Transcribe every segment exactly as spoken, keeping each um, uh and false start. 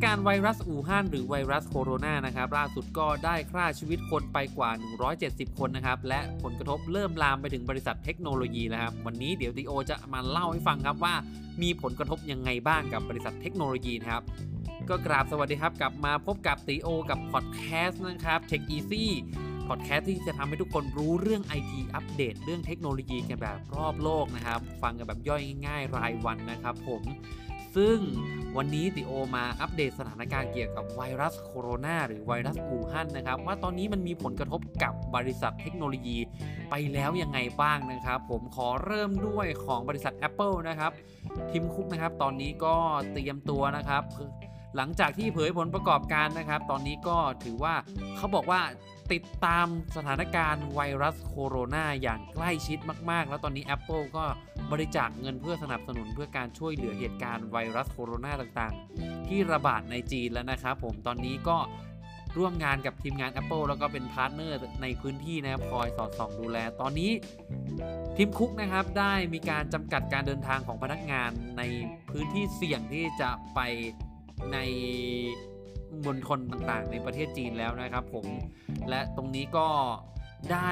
การณ์ไวรัสอู่ฮั่นหรือไวรัสโคโรนานะครับล่าสุดก็ได้ฆ่าชีวิตคนไปกว่าหนึ่งร้อยเจ็ดสิบคนนะครับและผลกระทบเริ่มลามไปถึงบริษัทเทคโนโลยีแล้วครับวันนี้เดี๋ยวตีโอจะมาเล่าให้ฟังครับว่ามีผลกระทบยังไงบ้างกับบริษัทเทคโนโลยีนะครับก็กราบสวัสดีครับกลับมาพบกับตีโอกับพอดแคสต์นะครับ Tech Easy พอดแคสต์ที่จะทำให้ทุกคนรู้เรื่อง ไอ ที อัปเดตเรื่องเทคโนโลยีกันแบบรอบโลกนะครับฟังกันแบบย่อยง่ายๆรายวันนะครับผมซึ่งวันนี้ติโอมาอัปเดตสถานการณ์เกี่ยวกับไวรัสโคโรนาหรือไวรัสอู่ฮั่นนะครับว่าตอนนี้มันมีผลกระทบกับบริษัทเทคโนโลยีไปแล้วยังไงบ้างนะครับผมขอเริ่มด้วยของบริษัท Apple นะครับทิมคุกนะครับตอนนี้ก็เตรียมตัวนะครับหลังจากที่เผยผลประกอบการนะครับตอนนี้ก็ถือว่าเขาบอกว่าติดตามสถานการณ์ไวรัสโคโรนาอย่างใกล้ชิดมากๆแล้วตอนนี้ Apple ก็บริจาคเงินเพื่อสนับสนุนเพื่อการช่วยเหลือเหตุการณ์ไวรัสโคโรนาต่างๆที่ระบาดในจีนแล้วนะครับผมตอนนี้ก็ร่วมงานกับทีมงาน Apple แล้วก็เป็นพาร์ทเนอร์ในพื้นที่นะครับคอยสอดส่องดูแลตอนนี้ทีมคุกนะครับได้มีการจำกัดการเดินทางของพนักงานในพื้นที่เสี่ยงที่จะไปในมณฑลต่างๆในประเทศจีนแล้วนะครับผมและตรงนี้ก็ได้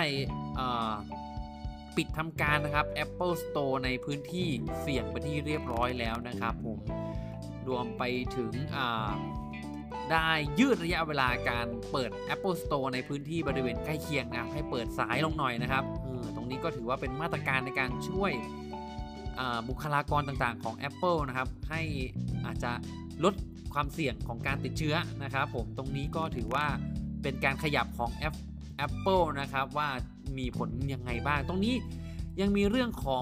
ปิดทำการนะครับ Apple Store ในพื้นที่เสี่ยงไปที่เรียบร้อยแล้วนะครับผมรวมไปถึงได้ยืดระยะเวลาการเปิด Apple Store ในพื้นที่บริเวณใกล้เคียงนะครับให้เปิดสายลงหน่อยนะครับตรงนี้ก็ถือว่าเป็นมาตรการในการช่วยบุคลากรต่างๆของ Apple นะครับให้อาจจะลดความเสี่ยงของการติดเชื้อนะครับผมตรงนี้ก็ถือว่าเป็นการขยับของ Apple นะครับว่ามีผลยังไงบ้างตรงนี้ยังมีเรื่องของ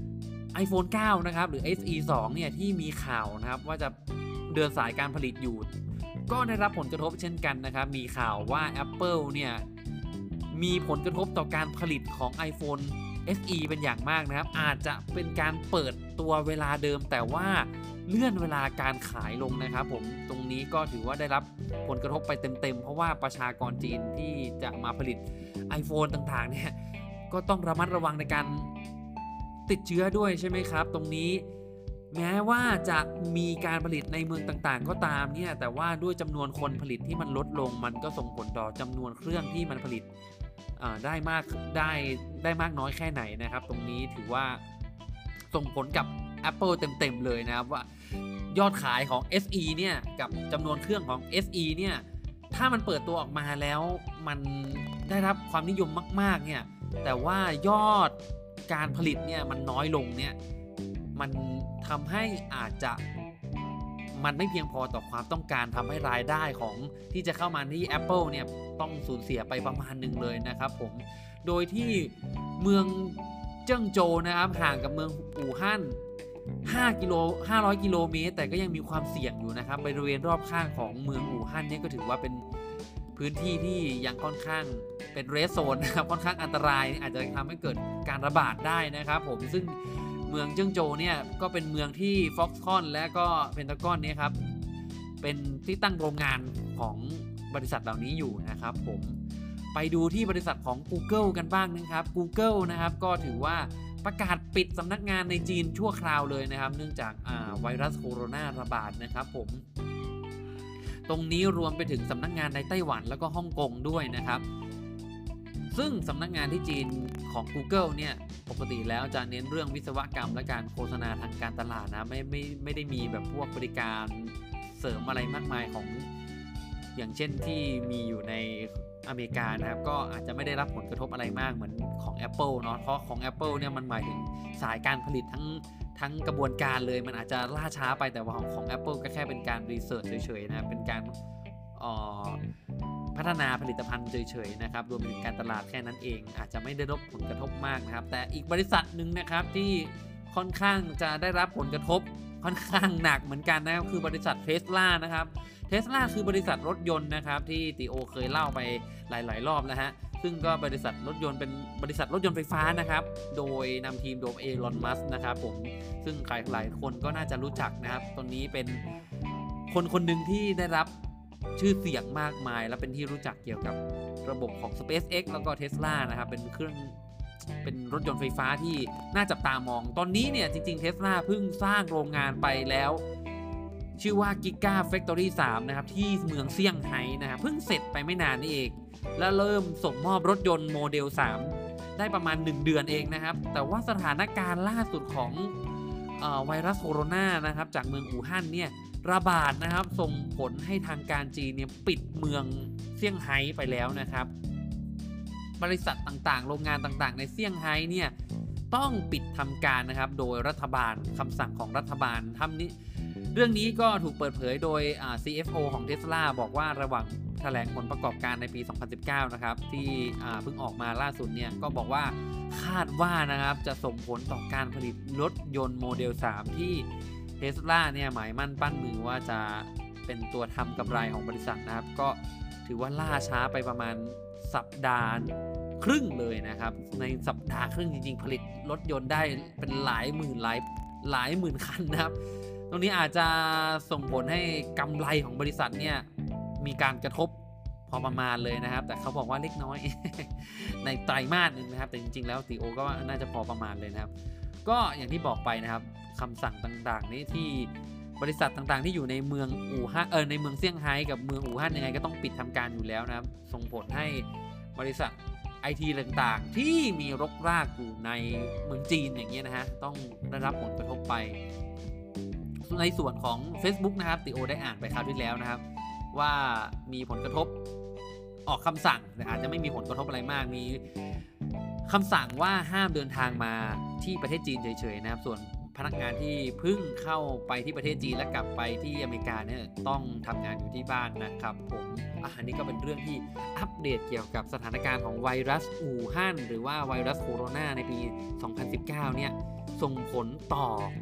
iPhone เก้านะครับหรือ เอส อี ทู เนี่ยที่มีข่าวนะครับว่าจะเดินสายการผลิตอยู่ก็ได้รับผลกระทบเช่นกันนะครับมีข่าวว่า Apple เนี่ยมีผลกระทบต่อการผลิตของ iPhone เอส อี เป็นอย่างมากนะครับอาจจะเป็นการเปิดตัวเวลาเดิมแต่ว่าเลื่อนเวลาการขายลงนะครับผมตรงนี้ก็ถือว่าได้รับผลกระทบไปเต็มๆเพราะว่าประชากรจีนที่จะมาผลิต iPhone ต่างๆเนี่ยก็ต้องระมัดระวังในการติดเชื้อด้วยใช่ไหมครับตรงนี้แม้ว่าจะมีการผลิตในเมืองต่างๆก็ตามเนี่ยแต่ว่าด้วยจำนวนคนผลิตที่มันลดลงมันก็ส่งผลต่อจำนวนเครื่องที่มันผลิตได้มากได้ได้มากน้อยแค่ไหนนะครับตรงนี้ถือว่าส่งผลกับ Apple เต็มๆเลยนะครับว่ายอดขายของ เอส อี เนี่ยกับจำนวนเครื่องของ เอส อี เนี่ยถ้ามันเปิดตัวออกมาแล้วมันได้รับความนิยมมากๆเนี่ยแต่ว่ายอดการผลิตเนี่ยมันน้อยลงเนี่ยมันทำให้อาจจะมันไม่เพียงพอต่อความต้องการทำให้รายได้ของที่จะเข้ามาที่ Apple เนี่ยต้องสูญเสียไปประมาณหนึ่งเลยนะครับผมโดยที่เมืองเจิ้งโจวนะครับห่างกับเมืองอู่ฮั่นห้ากิโลห้าร้อยกิโลเมตรแต่ก็ยังมีความเสี่ยงอยู่นะครับบริเวณรอบข้างของเมืองอู่ฮั่นเนี่ยก็ถือว่าเป็นพื้นที่ที่ยังค่อนข้างเป็นเรดโซนนะครับค่อนข้างอันตรายอาจจะทำให้เกิดการระบาดได้นะครับผมซึ่งเมืองเจิ้งโจวเนี่ยก็เป็นเมืองที่ Foxconn และก็ Pentagon เนี่ยครับเป็นที่ตั้งโรงงานของบริษัทเหล่านี้อยู่นะครับผมไปดูที่บริษัทของ Google กันบ้างนะครับ Google นะครับก็ถือว่าประกาศปิดสำนักงานในจีนชั่วคราวเลยนะครับเนื่องจากไวรัสโคโรนาระบาดนะครับผมตรงนี้รวมไปถึงสำนักงานในไต้หวันแล้วก็ฮ่องกงด้วยนะครับซึ่งสำนักงานที่จีนของ Google เนี่ยปกติแล้วจะเน้นเรื่องวิศวกรรมและการโฆษณาทางการตลาดนะไม่ไม่ไม่ได้มีแบบพวกบริการเสริมอะไรมากมายของอย่างเช่นที่มีอยู่ในอเมริกานะครับก็อาจจะไม่ได้รับผลกระทบอะไรมากเหมือนของ Apple เนาะเพราะของ Apple เนี่ยมันหมายถึงสายการผลิตทั้งทั้งกระบวนการเลยมันอาจจะล่าช้าไปแต่ว่าของของ Apple ก็แค่เป็นการรีเสิร์ชเฉยๆนะเป็นการพัฒนาผลิตภัณฑ์เฉยๆนะครับรวมถึงการตลาดแค่นั้นเองอาจจะไม่ได้รับผลกระทบมากนะครับแต่อีกบริษัทหนึ่งนะครับที่ค่อนข้างจะได้รับผลกระทบค่อนข้างหนักเหมือนกันนะครับคือบริษัท Tesla นะครับ Tesla คือบริษัทรถยนต์นะครับที่ติโอเคยเล่าไปหลายๆรอบแล้วฮะซึ่งก็บริษัทรถยนต์เป็นบริษัทรถยนต์ไฟฟ้านะครับโดยนำทีมโดยเอลอน มัสก์นะครับผมซึ่งใครหลายคนก็น่าจะรู้จักนะครับตอนนี้เป็นคนคนหนึ่งที่ได้รับชื่อเสียงมากมายและเป็นที่รู้จักเกี่ยวกับระบบของ SpaceX แล้วก็ Tesla นะครับเป็นเครื่องเป็นรถยนต์ไฟฟ้าที่น่าจับตามองตอนนี้เนี่ยจริงๆ Tesla เพิ่งสร้างโรงงานไปแล้วชื่อว่า Giga Factory สามนะครับที่เมืองเซี่ยงไฮ้นะครับเพิ่งเสร็จไปไม่นานนี่เองแล้วเริ่มส่งมอบรถยนต์โมเดลสามได้ประมาณหนึ่งเดือนเองนะครับแต่ว่าสถานการณ์ล่าสุดของเอ่อไวรัสโคโรนานะครับจากเมืองอู่ฮั่นเนี่ยระบาดนะครับส่งผลให้ทางการจีนเนี่ยปิดเมืองเซี่ยงไฮ้ไปแล้วนะครับบริษัทต่างๆโรงงานต่างๆในเซี่ยงไฮ้เนี่ยต้องปิดทำการนะครับโดยรัฐบาลคำสั่งของรัฐบาลทำนี้เรื่องนี้ก็ถูกเปิดเผยโดย ซี เอฟ โอ ของ Tesla บอกว่าระหว่างแถลงผลประกอบการในปี สองพันสิบเก้า นะครับที่เพิ่งออกมาล่าสุดเนี่ยก็บอกว่าคาดว่านะครับจะส่งผลต่อการผลิตรถยนต์โมเดล สาม ที่ Tesla เนี่ยหมายมั่นปั้นมือว่าจะเป็นตัวทำกำไรของบริษัทนะครับก็ถือว่าล่าช้าไปประมาณสัปดาห์ครึ่งเลยนะครับในสัปดาห์ครึ่งจริงๆผลิตรถยนต์ได้เป็นหลายหมื่นหลายหลายหมื่นคันนะครับตรงนี้อาจจะส่งผลให้กำไรของบริษัทเนี่ยมีการกระทบพอประมาณเลยนะครับแต่เขาบอกว่าเล็กน้อย ในไตรมาสนึงนะครับแต่จริงๆแล้วตีโอก็น่าจะพอประมาณเลยนะครับก็อย่างที่บอกไปนะครับคำสั่งต่างๆนี้ที่บริษัทต่างๆที่อยู่ในเมืองอู่ฮั่นเออในเมืองเซี่ยงไฮ้กับเมืองอู่ฮั่นยังไงก็ต้องปิดทำการอยู่แล้วนะครับส่งผลให้บริษัทไอทีต่างๆที่มีรกรากอยู่ในเมืองจีนอย่างเงี้ยนะฮะต้องได้รับผลกระทบไปในส่วนของ Facebook นะครับติโอได้อ่านไปคราวที่แล้วนะครับว่ามีผลกระทบออกคำสั่งแต่อาจจะไม่มีผลกระทบอะไรมากมีคำสั่งว่าห้ามเดินทางมาที่ประเทศจีนเฉยๆนะครับส่วนพนักงานที่เพิ่งเข้าไปที่ประเทศจีนและกลับไปที่อเมริกาเนี่ยต้องทำงานอยู่ที่บ้านนะครับผมอันนี้ก็เป็นเรื่องที่อัปเดตเกี่ยวกับสถานการณ์ของไวรัสอู่ฮั่นหรือว่าไวรัสโคโรนาในปี สองพันสิบเก้า เนี่ยส่งผลต่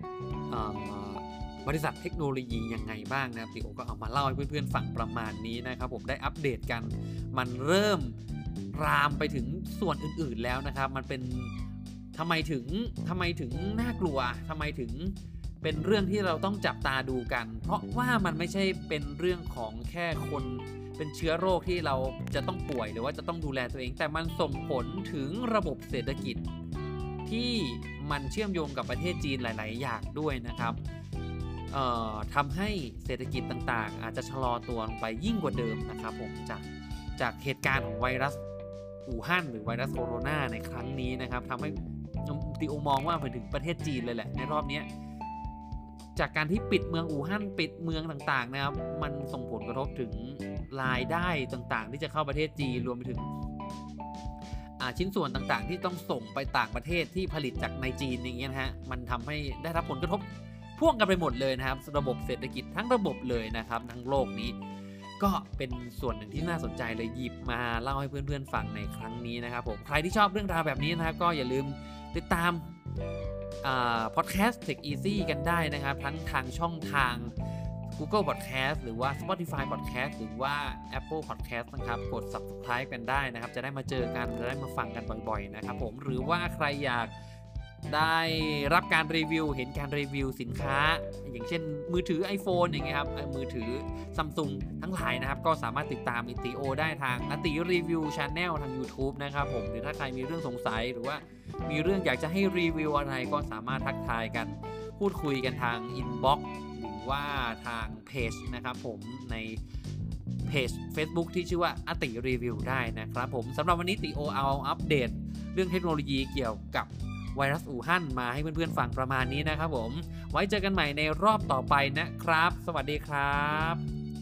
อบริษัทเทคโนโลยียังไงบ้างนะครับติโอก็เอามาเล่าให้เพื่อนๆฟังประมาณนี้นะครับผมได้อัปเดตกันมันเริ่มรามไปถึงส่วนอื่นๆแล้วนะครับมันเป็นทำไมถึงทำไมถึงน่ากลัวทำไมถึงเป็นเรื่องที่เราต้องจับตาดูกันเพราะว่ามันไม่ใช่เป็นเรื่องของแค่คนเป็นเชื้อโรคที่เราจะต้องป่วยหรือว่าจะต้องดูแลตัวเองแต่มันส่งผลถึงระบบเศรษฐกิจที่มันเชื่อมโยงกับประเทศจีนหลายๆอย่างด้วยนะครับเอ่อทำให้เศรษฐกิจต่างๆอาจจะชะลอตัวลงไปยิ่งกว่าเดิมนะครับผมจากจากเหตุการณ์ของไวรัสอู่ฮั่นหรือไวรัสโคโรนาในครั้งนี้นะครับทำให้ติโอมองว่าไปถึงประเทศจีนเลยแหละในรอบนี้จากการที่ปิดเมืองอู่ฮั่นปิดเมืองต่างๆนะครับมันส่งผลกระทบถึงรายได้ต่างๆที่จะเข้าประเทศจีนรวมไปถึงชิ้นส่วนต่างๆที่ต้องส่งไปต่างประเทศที่ผลิตจากในจีนอย่างเงี้ยนะฮะมันทำให้ได้รับผลกระทบพ่วงกันไปหมดเลยนะครับระบบเศรษฐกิจทั้งระบบเลยนะครับทั้งโลกนี้ก็เป็นส่วนหนึ่งที่น่าสนใจเลยหยิบมาเล่าให้เพื่อนๆฟังในครั้งนี้นะครับผมใครที่ชอบเรื่องราวแบบนี้นะครับก็อย่าลืมติดตามพอดแคสต์ Tech Easy กันได้นะครับทั้งทางช่องทาง Google Podcast หรือว่า Spotify Podcast หรือว่า Apple Podcast นะครับกด Subscribe กันได้นะครับจะได้มาเจอกันจะได้มาฟังกันบ่อยๆนะครับผมหรือว่าใครอยากได้รับการรีวิวเห็นการรีวิวสินค้าอย่างเช่นมือถือ iPhone อย่างเงี้ยครับมือถือ Samsung ทั้งหลายนะครับก็สามารถติดตามอิติโอได้ทางอติรีวิว Channel ทาง YouTube นะครับผมหรือถ้าใครมีเรื่องสงสัยหรือว่ามีเรื่องอยากจะให้รีวิวอะไรก็สามารถทักทายกันพูดคุยกันทาง Inbox หรือว่าทางเพจนะครับผมในเพจ Facebook ที่ชื่อว่าอติรีวิวได้นะครับผมสำหรับวันนี้ติโอเอาอัปเดตเรื่องเทคโนโลยีเกี่ยวกับไวรัสอู่ฮั่นมาให้เพื่อนๆฟังประมาณนี้นะครับผมไว้เจอกันใหม่ในรอบต่อไปนะครับสวัสดีครับ